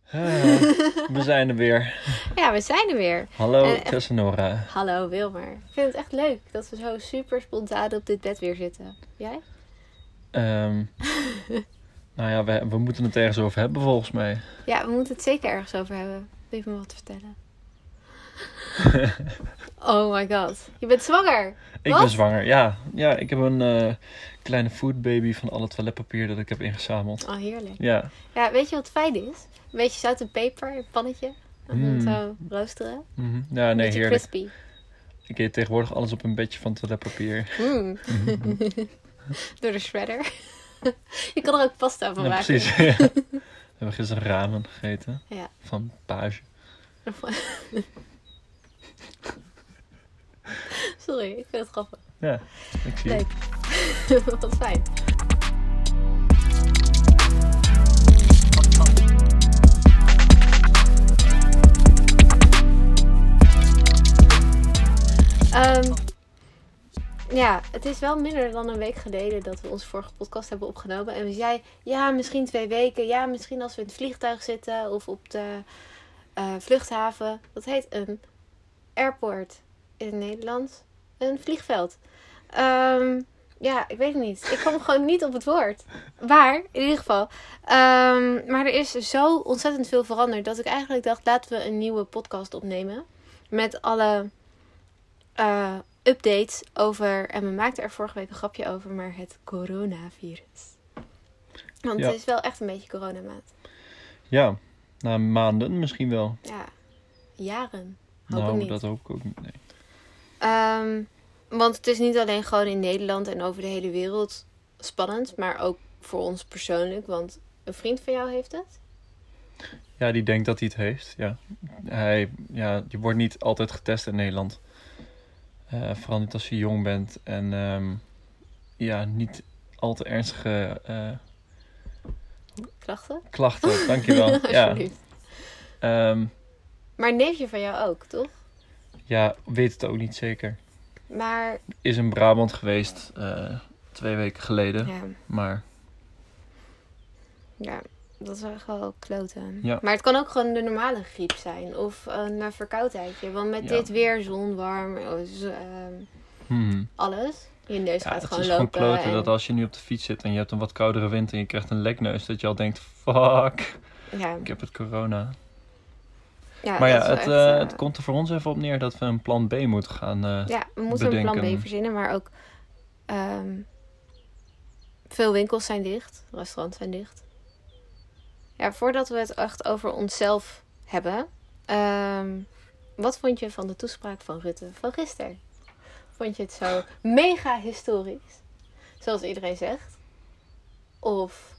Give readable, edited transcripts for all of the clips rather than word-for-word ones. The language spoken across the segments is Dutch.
We zijn er weer. Ja, we zijn er weer. Hallo, Tess en Nora. Hallo Wilmer. Ik vind het echt leuk dat we zo super spontaan op dit bed weer zitten. Jij? Nou ja, we moeten het ergens over hebben volgens mij. Ja, we moeten het zeker ergens over hebben. Wil je me wat vertellen? Oh my god. Je bent zwanger. Ik ben zwanger, ja. Ja, ik heb een kleine foodbaby van al het toiletpapier dat ik heb ingezameld. Oh, heerlijk. Ja. Ja, weet je wat fijn is? Een beetje zout en peper in het pannetje. En dan zo roosteren. Mm-hmm. Ja, nee, beetje heerlijk. crispy. Ik eet tegenwoordig alles op een bedje van toiletpapier. Door de shredder. Je kan er ook pasta van Ja, maken. precies. Ja. We hebben gisteren ramen gegeten. Ja. Van Page. Sorry, ik vind het grappig. Ja, ik zie het. Leuk. Wat fijn. Ja, het is wel minder dan een week geleden dat we onze vorige podcast hebben opgenomen. En we zeiden, ja, misschien 2 weken. Ja, misschien als we in het vliegtuig zitten of op de vluchthaven. Dat heet een airport in het Nederlands. Een vliegveld. Ja, ik weet het niet. Ik kwam gewoon niet op het woord. Maar, in ieder geval. Maar er is zo ontzettend veel veranderd dat ik eigenlijk dacht, laten we een nieuwe podcast opnemen. Met alle updates over, en we maakten er vorige week een grapje over, maar het coronavirus. Want Ja. het is wel echt een beetje coronamaand. Ja, na maanden misschien wel. Ja, jaren. Hoop ik Nou, niet. dat hoop ik ook niet. Nee. Want het is niet alleen gewoon in Nederland en over de hele wereld spannend, maar ook voor ons persoonlijk. Want een vriend van jou heeft het. Ja, die denkt dat hij het heeft. Ja. Je wordt niet altijd getest in Nederland. Vooral niet als je jong bent. En niet al te ernstige Klachten? Dankjewel. Ja. Alsjeblieft. Maar een neefje van jou ook, toch? Ja, weet het ook niet zeker. Maar Is in Brabant geweest 2 weken geleden. ja, Maar dat is echt wel kloten. Ja. Maar het kan ook gewoon de normale griep zijn. Of een verkoudheidje. Want met Ja. dit weer, zon, warm, alles. Je neus gaat het gewoon is lopen. gewoon kloten en- dat als je nu op de fiets zit en je hebt een wat koudere wind en je krijgt een lekneus, dat je al denkt, fuck, Ja, ik heb het corona. ja, Maar dat ja, is wel echt, het komt er voor ons even op neer dat we een plan B moeten gaan. ja, we moeten een plan bedenken. B verzinnen, maar ook veel winkels zijn dicht, restaurants zijn dicht. Ja, voordat we het echt over onszelf hebben, wat vond je van de toespraak van Rutte van gisteren? Vond je het zo mega historisch, zoals iedereen zegt? Of,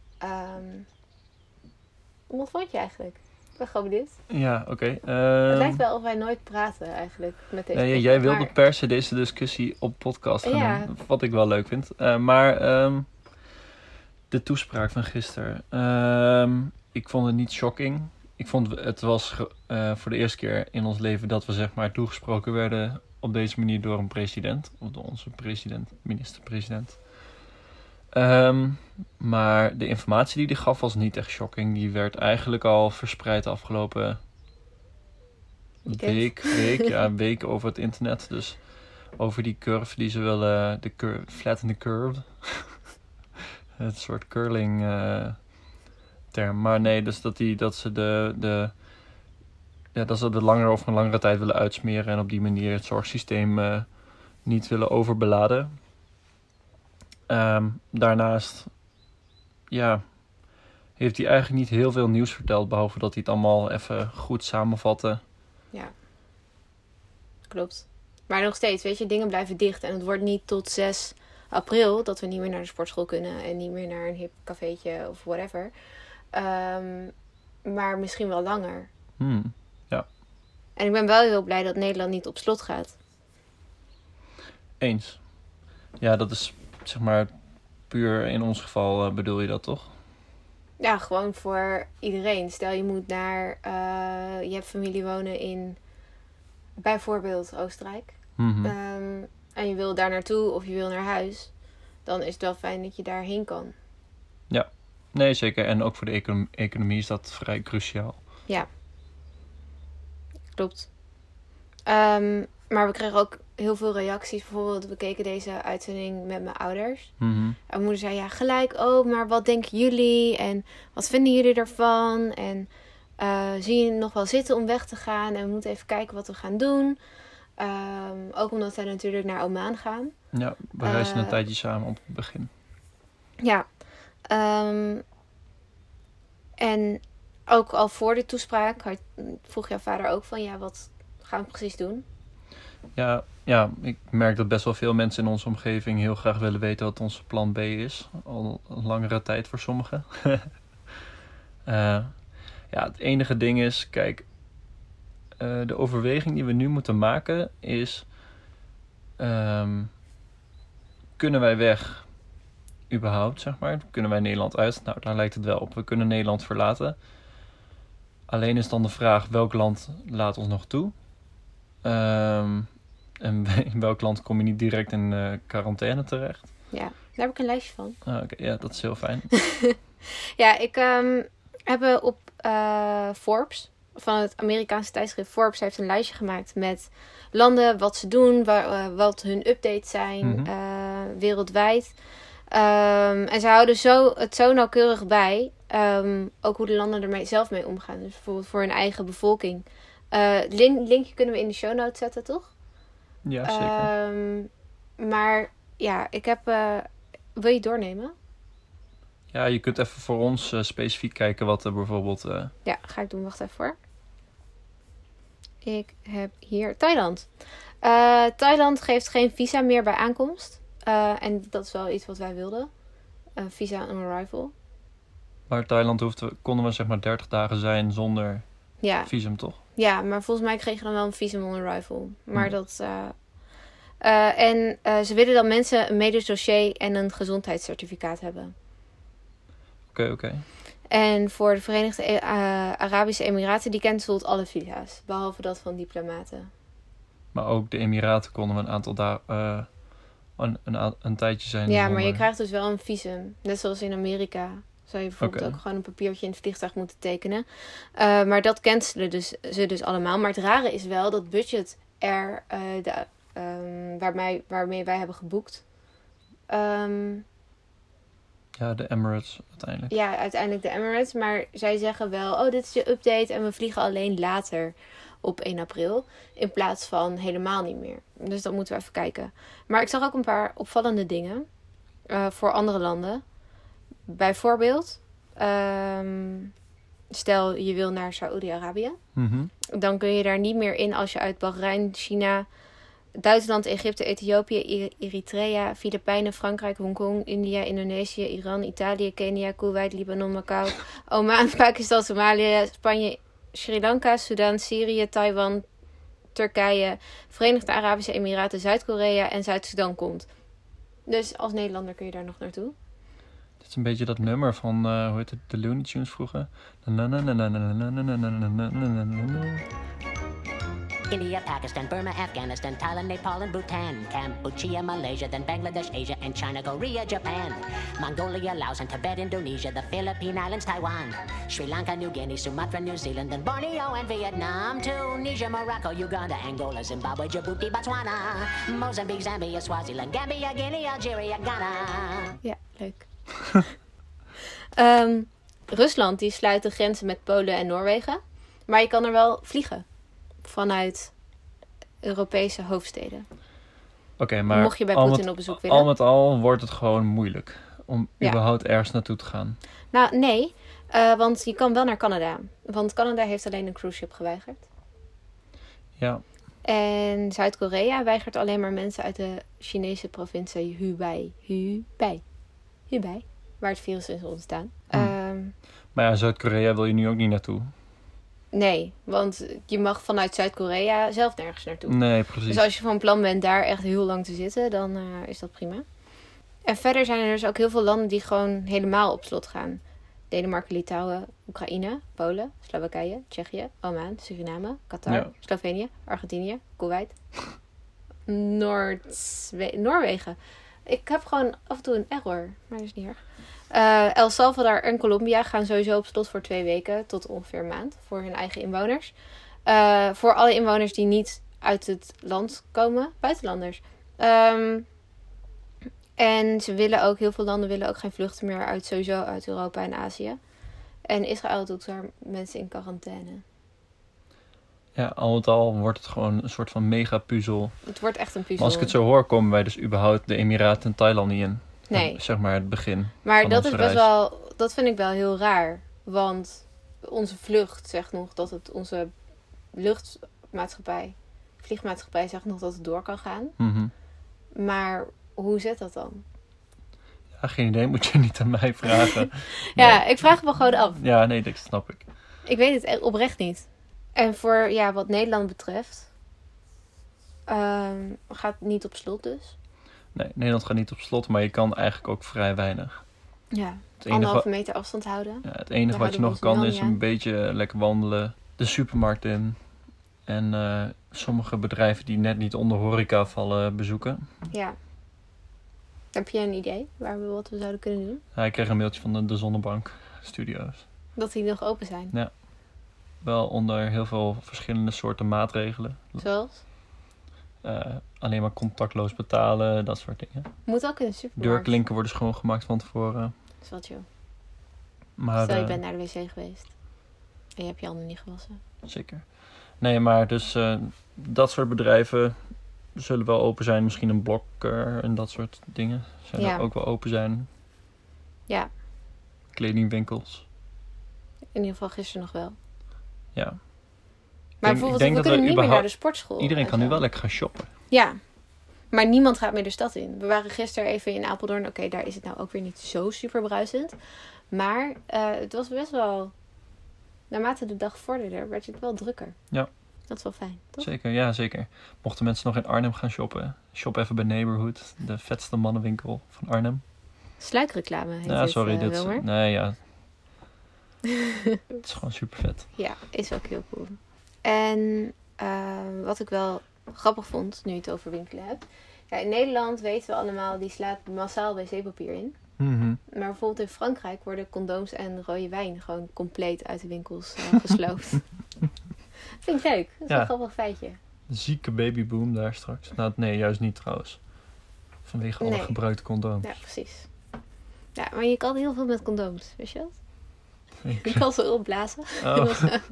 wat vond je eigenlijk? Ik ben gewoon benieuwd. Ja, oké. Het lijkt wel of wij nooit praten eigenlijk met deze podcast, jij wilde maar- per se deze discussie op podcast gaan Ja. doen, wat ik wel leuk vind. Maar de toespraak van gisteren, ik vond het niet shocking. Ik vond het was voor de eerste keer in ons leven dat we zeg maar toegesproken werden op deze manier door een president. Of door onze president, minister-president. Maar de informatie die hij gaf was niet echt shocking. Die werd eigenlijk al verspreid de afgelopen week over het internet. Dus over die curve die ze willen, flatten the curve. Het soort curling term. Maar nee, dus dat ze de langer of een langere tijd willen uitsmeren en op die manier het zorgsysteem niet willen overbeladen. Daarnaast heeft hij eigenlijk niet heel veel nieuws verteld, behalve dat hij het allemaal even goed samenvatte. Ja, klopt. Maar nog steeds, weet je, dingen blijven dicht. En het wordt niet tot 6 april dat we niet meer naar de sportschool kunnen. En niet meer naar een hip cafeetje of whatever. Maar misschien wel langer. Ja. En ik ben wel heel blij dat Nederland niet op slot gaat. Eens. Ja, dat is zeg maar puur in ons geval bedoel je dat toch? Ja, gewoon voor iedereen. Stel je moet naar... je hebt familie wonen in bijvoorbeeld Oostenrijk. En je wil daar naartoe of je wil naar huis. Dan is het wel fijn dat je daarheen kan. Nee, zeker. En ook voor de economie is dat vrij cruciaal. Ja, klopt. Maar we kregen ook heel veel reacties. Bijvoorbeeld, we keken deze uitzending met mijn ouders. Mhm. En mijn moeder zei, ja, gelijk, oh, maar wat denken jullie? En wat vinden jullie ervan? En zie je nog wel zitten om weg te gaan? En we moeten even kijken wat we gaan doen. Ook omdat zij natuurlijk naar Oman gaan. Ja, we reisden een tijdje samen op het begin. Ja. En ook al voor de toespraak vroeg jouw vader ook van, ja, wat gaan we precies doen? Ja, ik merk dat best wel veel mensen in onze omgeving heel graag willen weten wat onze plan B is. Al een langere tijd voor sommigen. Het enige ding is, kijk, de overweging die we nu moeten maken is, kunnen wij weg überhaupt, zeg maar? Kunnen wij Nederland uit? Nou, daar lijkt het wel op. We kunnen Nederland verlaten. Alleen is dan de vraag, welk land laat ons nog toe? En in welk land kom je niet direct in quarantaine terecht? Ja, daar heb ik een lijstje van. Oké, ja, dat is heel fijn. Ja, ik heb op Forbes, van het Amerikaanse tijdschrift Forbes, heeft een lijstje gemaakt met landen, wat ze doen, wat hun updates zijn, wereldwijd. En ze houden het zo nauwkeurig bij, ook hoe de landen er zelf mee omgaan. Dus bijvoorbeeld voor hun eigen bevolking. Linkje kunnen we in de show notes zetten, toch? Ja, zeker. Maar ja, ik heb... wil je het doornemen? Ja, je kunt even voor ons specifiek kijken wat er bijvoorbeeld... Ja, ga ik doen. Wacht even hoor. Ik heb hier Thailand. Thailand geeft geen visa meer bij aankomst. En dat is wel iets wat wij wilden. Visa on arrival. Maar Thailand konden we zeg maar 30 dagen zijn zonder visum, toch? Ja, maar volgens mij kregen we dan wel een visum on arrival. Maar dat... ze willen dat mensen een medisch dossier en een gezondheidscertificaat hebben. Oké. En voor de Verenigde Arabische Emiraten, die cancelt alle visa's. Behalve dat van diplomaten. Maar ook de Emiraten konden we een aantal dagen... een tijdje zijn Ja, zonder... maar je krijgt dus wel een visum. Net zoals in Amerika. Zou je bijvoorbeeld ook gewoon een papiertje in het vliegtuig moeten tekenen. Maar dat cancelen ze dus allemaal. Maar het rare is wel dat budget waarmee wij hebben geboekt. Ja, de Emirates uiteindelijk. Ja, uiteindelijk de Emirates. Maar zij zeggen wel, oh, dit is je update en we vliegen alleen later op 1 april. In plaats van helemaal niet meer. Dus dat moeten we even kijken. Maar ik zag ook een paar opvallende dingen voor andere landen. Bijvoorbeeld, stel je wil naar Saoedi-Arabië. Mm-hmm. Dan kun je daar niet meer in als je uit Bahrein, China, Duitsland, Egypte, Ethiopië, Eritrea, Filipijnen, Frankrijk, Hongkong, India, Indonesië, Iran, Italië, Kenia, Kuwait, Libanon, Macau, Oman, Pakistan, Somalië, Spanje, Sri Lanka, Sudan, Syrië, Taiwan, Turkije, Verenigde Arabische Emiraten, Zuid-Korea en Zuid-Sudan komt. Dus als Nederlander kun je daar nog naartoe. Het is een beetje dat nummer van, hoe heet het, de Looney Tunes vroeger. India, Pakistan, Burma, Afghanistan, Thailand, Nepal, and Bhutan, Cambodia, Malaysia, then Bangladesh, Asia, and China, Korea, Japan, Mongolia, Laos, and Tibet, Indonesia, the Philippine Islands, Taiwan, Sri Lanka, New Guinea, Sumatra, New Zealand, and Borneo, and Vietnam, Tunisia, Morocco, Uganda, Angola, Zimbabwe, Djibouti, Botswana, Mozambique, Zambia, Swaziland, Gambia, Guinea, Algeria, Ghana. Ja, leuk. Rusland die sluit de grenzen met Polen en Noorwegen. Maar je kan er wel vliegen. Vanuit Europese hoofdsteden. Oké, maar mocht je bij Poetin op bezoek willen. Al met al wordt het gewoon moeilijk om überhaupt ergens naartoe te gaan. Nou, nee. Want je kan wel naar Canada. Want Canada heeft alleen een cruise ship geweigerd. Ja. En Zuid-Korea weigert alleen maar mensen uit de Chinese provincie Hubei. Waar het virus is ontstaan. Maar ja, Zuid-Korea wil je nu ook niet naartoe. Nee, want je mag vanuit Zuid-Korea zelf nergens naartoe. Nee, precies. Dus als je van plan bent daar echt heel lang te zitten, dan is dat prima. En verder zijn er dus ook heel veel landen die gewoon helemaal op slot gaan. Denemarken, Litouwen, Oekraïne, Polen, Slowakije, Tsjechië, Oman, Suriname, Qatar, Slovenië, Argentinië, Kuwait, Noorwegen. ik heb gewoon af en toe een error. Maar dat is niet erg. El Salvador en Colombia gaan sowieso op slot voor 2 weken. Tot ongeveer een maand. Voor hun eigen inwoners. Voor alle inwoners die niet uit het land komen. Buitenlanders. En heel veel landen willen ook geen vluchten meer sowieso uit Europa en Azië. En Israël doet daar mensen in quarantaine. Ja, al met al wordt het gewoon een soort van mega puzzel. Het wordt echt een puzzel. Maar als ik het zo hoor, komen wij dus überhaupt de Emiraten en Thailand niet in. Nee. Zeg maar het begin. Maar van dat onze is best reis. wel... Dat vind ik wel heel raar. Want onze vlucht zegt nog dat het... Onze vliegmaatschappij zegt nog dat het door kan gaan. Mhm. Maar hoe zit dat dan? Ja, geen idee. Moet je niet aan mij vragen. Ja, ik vraag het me gewoon af. Ja, nee, dat snap ik. Ik weet het echt oprecht niet. En voor wat Nederland betreft... gaat het niet op slot dus. Nee, Nederland gaat niet op slot, maar je kan eigenlijk ook vrij weinig. Ja, Het enige, 1,5 meter afstand houden. ja, het enige Daar wat je houden nog we ons kan nu is al niet een aan. beetje lekker wandelen, de supermarkt in. En sommige bedrijven die net niet onder horeca vallen bezoeken. Ja. Heb je een idee wat we zouden kunnen doen? Ja, ik kreeg een mailtje van de Zonnebank Studio's. Dat die nog open zijn. Wel onder heel veel verschillende soorten maatregelen. Zoals? Alleen maar contactloos betalen, dat soort dingen. Moet ook in de supermarkt. Deurklinken worden schoongemaakt van tevoren. Dat is wel chill. Maar, Stel je bent naar de wc geweest. En je hebt je handen niet gewassen. Zeker. Nee, maar dus dat soort bedrijven zullen wel open zijn. Misschien een Blokker en dat soort dingen. Zullen ook wel open zijn. Ja, Kledingwinkels. in ieder geval gisteren nog wel. Ja. Maar ik bijvoorbeeld, denk we dat kunnen we niet meer naar überhaupt- de sportschool. Iedereen en kan zo. nu wel lekker gaan shoppen. Ja. Maar niemand gaat meer de stad in. We waren gisteren even in Apeldoorn. Oké, daar is het nou ook weer niet zo super bruisend. Maar het was best wel... Naarmate de dag vorderde, werd het wel drukker. Ja. Dat is wel fijn, toch? Zeker, ja zeker. Mochten mensen nog in Arnhem gaan shoppen, shop even bij Neighborhood. De vetste mannenwinkel van Arnhem. Sluikreclame heet Ja, dit, sorry. Wilmer. Nee, ja. Het is gewoon super vet. Ja, is ook heel cool. En wat ik wel grappig vond, nu je het over winkelen hebt. Ja, in Nederland weten we allemaal, die slaat massaal wc-papier in. Maar bijvoorbeeld in Frankrijk worden condooms en rode wijn gewoon compleet uit de winkels gesloopt. Vind ik leuk. Dat is Ja. een grappig feitje. Zieke babyboom daar straks. Nou, nee, juist niet trouwens. Vanwege alle Nee. gebruikte condooms. Ja, precies. Ja, maar je kan heel veel met condooms, weet je dat? Ik- Je kan ze opblazen. Oh.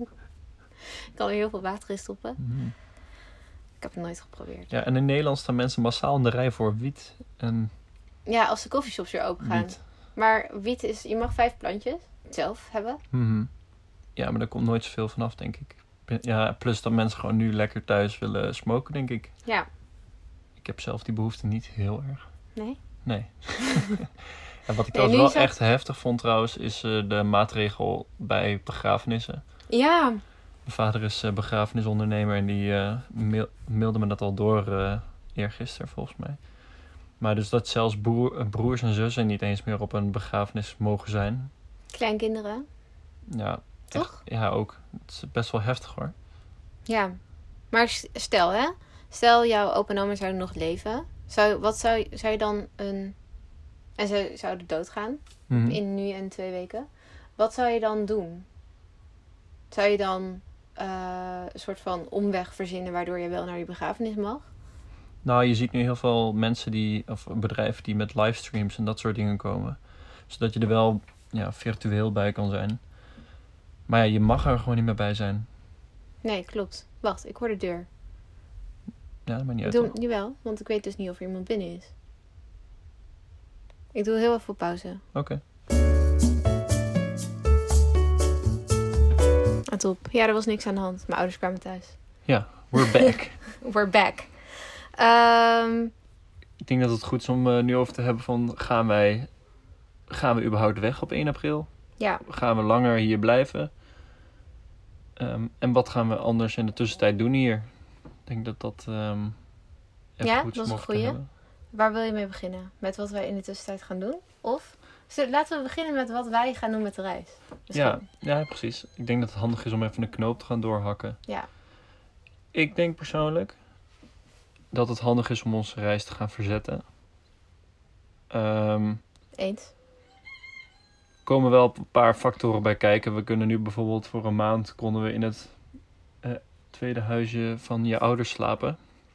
Je kan er heel veel water in stoppen. Mhm. Ik heb het nooit geprobeerd. Ja, en in Nederland staan mensen massaal in de rij voor wiet en Ja, als de coffeeshops weer open gaan. wiet. Maar wiet is, je mag 5 plantjes zelf hebben. Mhm. Ja, maar daar komt nooit zoveel vanaf, denk ik. Ja, plus dat mensen gewoon nu lekker thuis willen smoken, denk ik. Ja. Ik heb zelf die behoefte niet heel erg. Nee? Nee. En wat ik Nee, trouwens nu wel is het- echt heftig vond trouwens, is de maatregel bij begrafenissen. Ja. Mijn vader is begrafenisondernemer en die mailde me dat al door eergisteren volgens mij. Maar dus dat zelfs broers en zussen niet eens meer op een begrafenis mogen zijn. Kleinkinderen. Ja, Toch? echt, ja, ook. Het is best wel heftig hoor. Ja. Maar stel hè. Stel jouw opa en oma zouden nog leven. Zou je dan een... En ze zouden doodgaan. Mhm. In nu en 2 weken. Wat zou je dan doen? Zou je dan een soort van omweg verzinnen waardoor je wel naar je begrafenis mag? Nou, je ziet nu heel veel mensen of bedrijven die met livestreams en dat soort dingen komen. Zodat je er wel virtueel bij kan zijn. Maar ja, je mag er gewoon niet meer bij zijn. Nee, klopt. Wacht, ik hoor de deur. Ja, dat maakt niet Ik uit. doe toch? hem nu wel, want ik weet dus niet of er iemand binnen is. Ik doe heel even op pauze. Oké. Ah, top. Ja, er was niks aan de hand. Mijn ouders kwamen thuis. Ja, we're back. We're back. Ik denk dat het goed is om nu over te hebben van gaan we überhaupt weg op 1 april? Ja, Gaan we langer hier blijven? En wat gaan we anders in de tussentijd doen hier? Ik denk dat dat even Ja, goed is dat is om een over te goeie. hebben. waar wil je mee beginnen? Met wat wij in de tussentijd gaan doen? Of laten we beginnen met wat wij gaan doen met de reis. Ja, precies. Ik denk dat het handig is om even een knoop te gaan doorhakken. Ja. Ik denk persoonlijk dat het handig is om onze reis te gaan verzetten. Eens. Komen wel een paar factoren bij kijken. We kunnen nu bijvoorbeeld voor een maand konden we in het tweede huisje van je ouders slapen.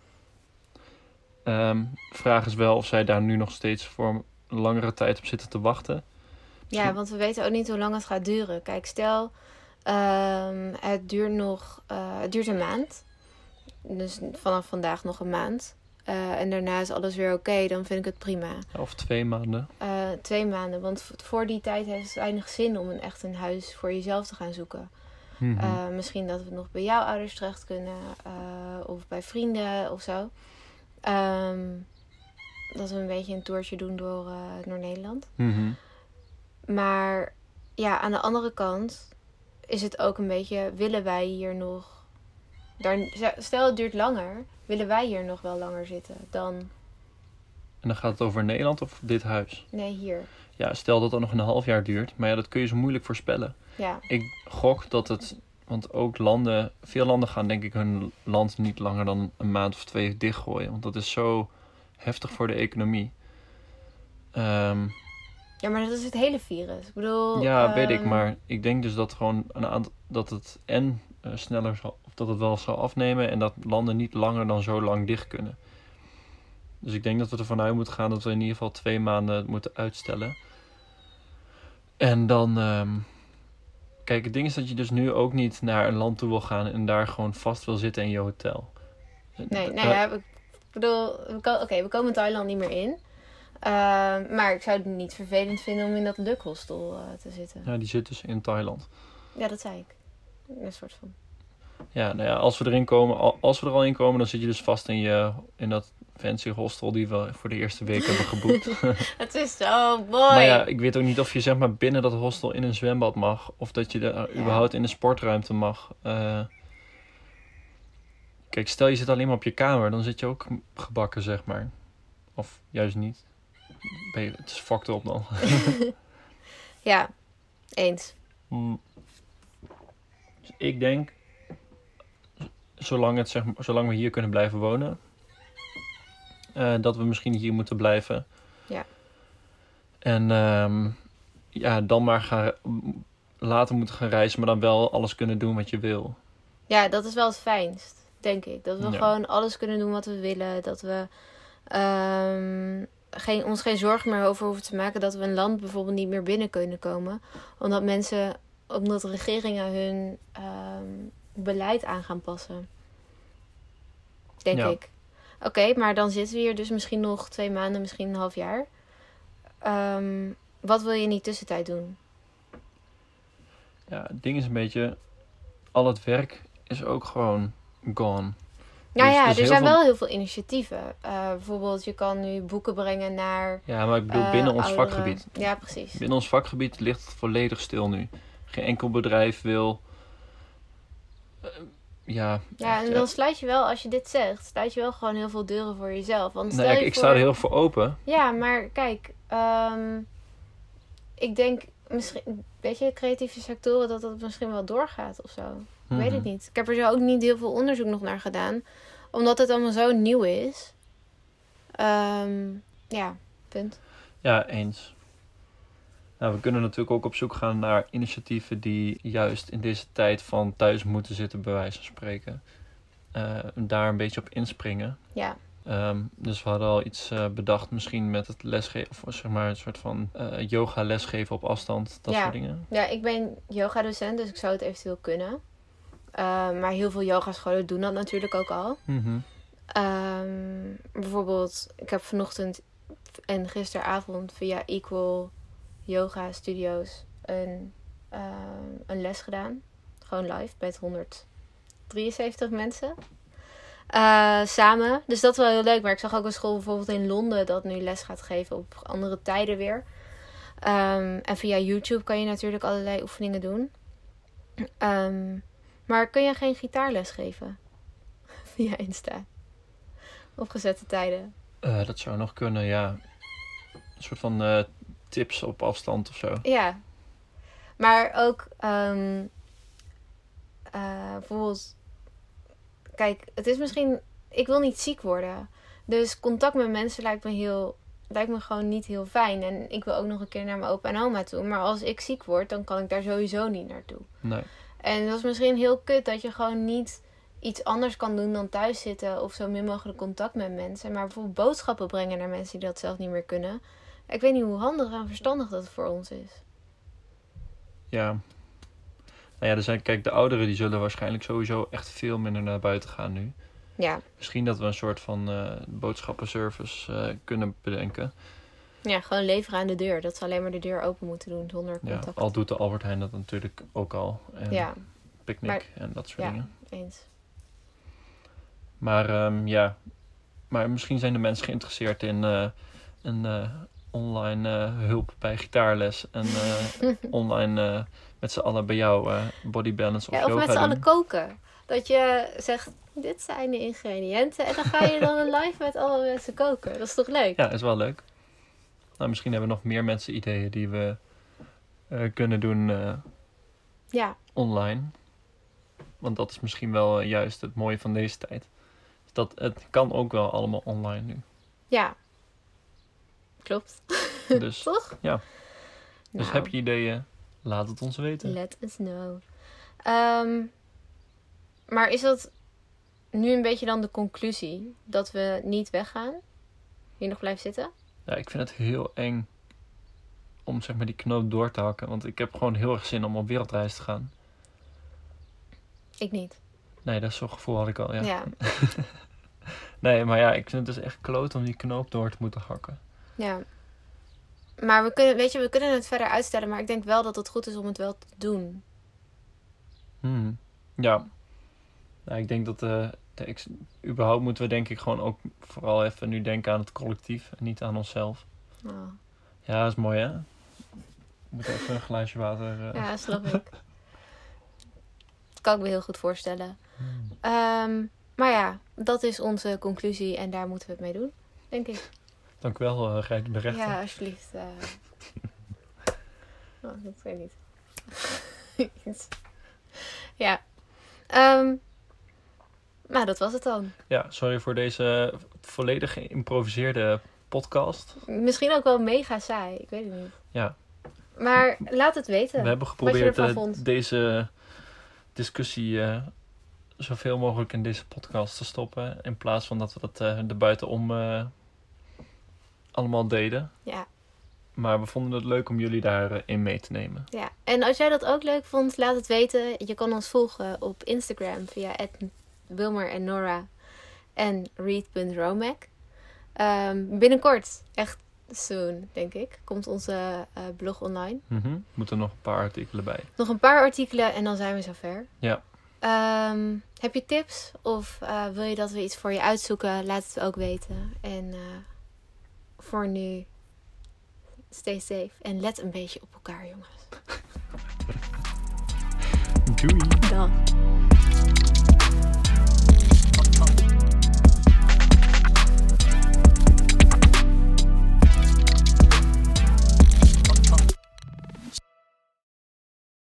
Vraag is wel of zij daar nu nog steeds voor een langere tijd op zitten te wachten. Ja, want we weten ook niet hoe lang het gaat duren. Kijk, stel, het duurt een maand. Dus vanaf vandaag nog een maand. En daarna is alles weer oké, dan vind ik het prima. Of 2 maanden. 2 maanden, want voor die tijd heeft het weinig zin om echt een huis voor jezelf te gaan zoeken. Misschien dat we nog bij jouw ouders terecht kunnen, of bij vrienden of zo. Dat we een beetje een toertje doen door Nederland. Maar ja, aan de andere kant is het ook een beetje, willen wij hier nog... Stel het duurt langer, willen wij hier nog wel langer zitten dan... En dan gaat het over Nederland of dit huis? Nee, hier. Ja, stel dat het nog een half jaar duurt. Maar ja, dat kun je zo moeilijk voorspellen. Ja. Ik gok dat het... Want ook veel landen gaan denk ik hun land niet langer dan een maand of 2 dichtgooien. Want dat is zo heftig voor de economie. Ja, maar dat is het hele virus. Ik bedoel... Ja, weet ik. Maar ik denk dus dat gewoon dat het sneller zal... Of dat het wel zal afnemen. En dat landen niet langer dan zo lang dicht kunnen. Dus ik denk dat we ervan uit moeten gaan dat we in ieder geval 2 maanden het moeten uitstellen. En dan... Kijk, het ding is dat je dus nu ook niet naar een land toe wil gaan en daar gewoon vast wil zitten in je hotel. Nee, ik bedoel, we komen Thailand niet meer in. Maar ik zou het niet vervelend vinden om in dat lukhostel te zitten. Ja, die zit dus in Thailand. Ja, dat zei ik. Een soort van. Ja, nou ja, als we er al in komen, dan zit je dus vast in dat fancy hostel die we voor de eerste week hebben geboekt. Het is zo mooi. Maar ja, ik weet ook niet of je zeg maar binnen dat hostel in een zwembad mag. Of dat je er überhaupt in de sportruimte mag. Kijk, stel je zit alleen maar op je kamer, dan zit je ook gebakken, zeg maar. Of juist niet. Het is fucked up dan. Ja, eens. Dus ik denk, zolang we hier kunnen blijven wonen, dat we misschien hier moeten blijven. Ja. En dan maar later moeten gaan reizen, maar dan wel alles kunnen doen wat je wil. Ja, dat is wel het fijnst, denk ik. Dat we gewoon alles kunnen doen wat we willen. Dat we ons geen zorgen meer over hoeven te maken dat we een land bijvoorbeeld niet meer binnen kunnen komen. Omdat regeringen hun beleid aan gaan passen. Denk ik. Oké, maar dan zitten we hier dus misschien nog 2 maanden, misschien een half jaar. Wat wil je in die tussentijd doen? Ja, het ding is een beetje, al het werk is ook gewoon gone. Nou dus er zijn wel heel veel initiatieven. Bijvoorbeeld, je kan nu boeken brengen naar... Ja, maar ik bedoel binnen ons vakgebied. Ja, precies. Binnen ons vakgebied ligt het volledig stil nu. Geen enkel bedrijf wil... en dan sluit je wel, als je dit zegt, sluit je wel gewoon heel veel deuren voor jezelf. Want ik sta er heel voor open. Ja, maar kijk, ik denk misschien, weet je, creatieve sectoren, dat het misschien wel doorgaat of zo. Ik weet het niet. Ik heb er zo ook niet heel veel onderzoek nog naar gedaan. Omdat het allemaal zo nieuw is. Punt. Ja, eens. Nou, we kunnen natuurlijk ook op zoek gaan naar initiatieven die juist in deze tijd van thuis moeten zitten, bij wijze van spreken. Daar een beetje op inspringen. Ja. Dus we hadden al iets bedacht, misschien met het lesgeven, of zeg maar een soort van yoga lesgeven op afstand, dat soort dingen. Ja, ik ben yogadocent, dus ik zou het eventueel kunnen. Maar heel veel yogascholen doen dat natuurlijk ook al. Bijvoorbeeld, ik heb vanochtend en gisteravond via Equal Yoga Studios een les gedaan. Gewoon live met 173 mensen. Samen. Dus dat is wel heel leuk. Maar ik zag ook een school bijvoorbeeld in Londen dat nu les gaat geven op andere tijden weer. En via YouTube kan je natuurlijk allerlei oefeningen doen. Maar kun je geen gitaarles geven? Via Insta. Op gezette tijden. Dat zou nog kunnen, ja. Een soort van tips op afstand of zo. Ja. Maar ook bijvoorbeeld... Kijk, het is misschien... Ik wil niet ziek worden. Dus contact met mensen lijkt me heel lijkt me gewoon niet heel fijn. En ik wil ook nog een keer naar mijn opa en oma toe. Maar als ik ziek word, dan kan ik daar sowieso niet naartoe. Nee. En dat is misschien heel kut dat je gewoon niet iets anders kan doen dan thuis zitten of zo min mogelijk contact met mensen. Maar bijvoorbeeld boodschappen brengen naar mensen die dat zelf niet meer kunnen. Ik weet niet hoe handig en verstandig dat voor ons is. Ja. Nou ja, kijk, de ouderen die zullen waarschijnlijk sowieso echt veel minder naar buiten gaan nu. Ja, Misschien dat we een soort van boodschappenservice kunnen bedenken. ja, gewoon leveren aan de deur. Dat ze alleen maar de deur open moeten doen zonder Ja, contact. al doet de Albert Heijn dat natuurlijk ook al. En Ja, picknick en dat soort ja, dingen. eens. Maar ja, maar misschien zijn de mensen geïnteresseerd in een online hulp bij gitaarles. En online met z'n allen bij jou body balance of Ja, of yoga met z'n allen doen. koken. Dat je zegt, dit zijn de ingrediënten. En dan ga je dan live met alle mensen koken. Dat is toch leuk? Ja, is wel leuk. Nou, misschien hebben nog meer mensen ideeën die we kunnen doen Ja, online. Want dat is misschien wel juist het mooie van deze tijd. Dat het kan ook wel allemaal online nu. ja. Klopt. Dus, Toch? ja. Dus Nou, heb je ideeën? Laat het ons weten. let us know. Maar is dat nu een beetje dan de conclusie? Dat we niet weggaan? Hier nog blijven zitten? Ja, ik vind het heel eng om zeg maar die knoop door te hakken. Want ik heb gewoon heel erg zin om op wereldreis te gaan. Ik niet. Nee, dat zo'n gevoel had ik al, ja. Ja. Nee, maar ja, ik vind het dus echt kloot om die knoop door te moeten hakken. Ja. Maar we kunnen het verder uitstellen. Maar ik denk wel dat het goed is om het wel te doen. Ja. Nou, ik denk dat überhaupt moeten we denk ik gewoon ook vooral even nu denken aan het collectief en niet aan onszelf. Oh. Ja, dat is mooi hè? Ik moet even een glaasje water. Ja, snap ik. Dat kan ik me heel goed voorstellen. Maar ja, dat is onze conclusie en daar moeten we het mee doen, denk ik. Dank u wel, Gijs de Rechter. Ja, alsjeblieft. Oh, dat weet ik niet. Ja. Maar dat was het dan. Ja, sorry voor deze volledig geïmproviseerde podcast. Misschien ook wel mega saai, ik weet het niet. Ja. Maar laat het weten. We hebben wat geprobeerd je ervan vond. deze discussie zoveel mogelijk in deze podcast te stoppen. In plaats van dat we dat er buitenom allemaal deden. Ja. Maar we vonden het leuk om jullie daarin mee te nemen. Ja, en als jij dat ook leuk vond, laat het weten. Je kan ons volgen op Instagram via @Wilmer en Nora en read.romac. Binnenkort, echt soon, denk ik, komt onze blog online. Moeten nog een paar artikelen bij. Nog een paar artikelen en dan zijn we zover. Ja. Heb je tips of wil je dat we iets voor je uitzoeken? Laat het ook weten. En voor nu, stay safe en let een beetje op elkaar, jongens. Doei. Dag.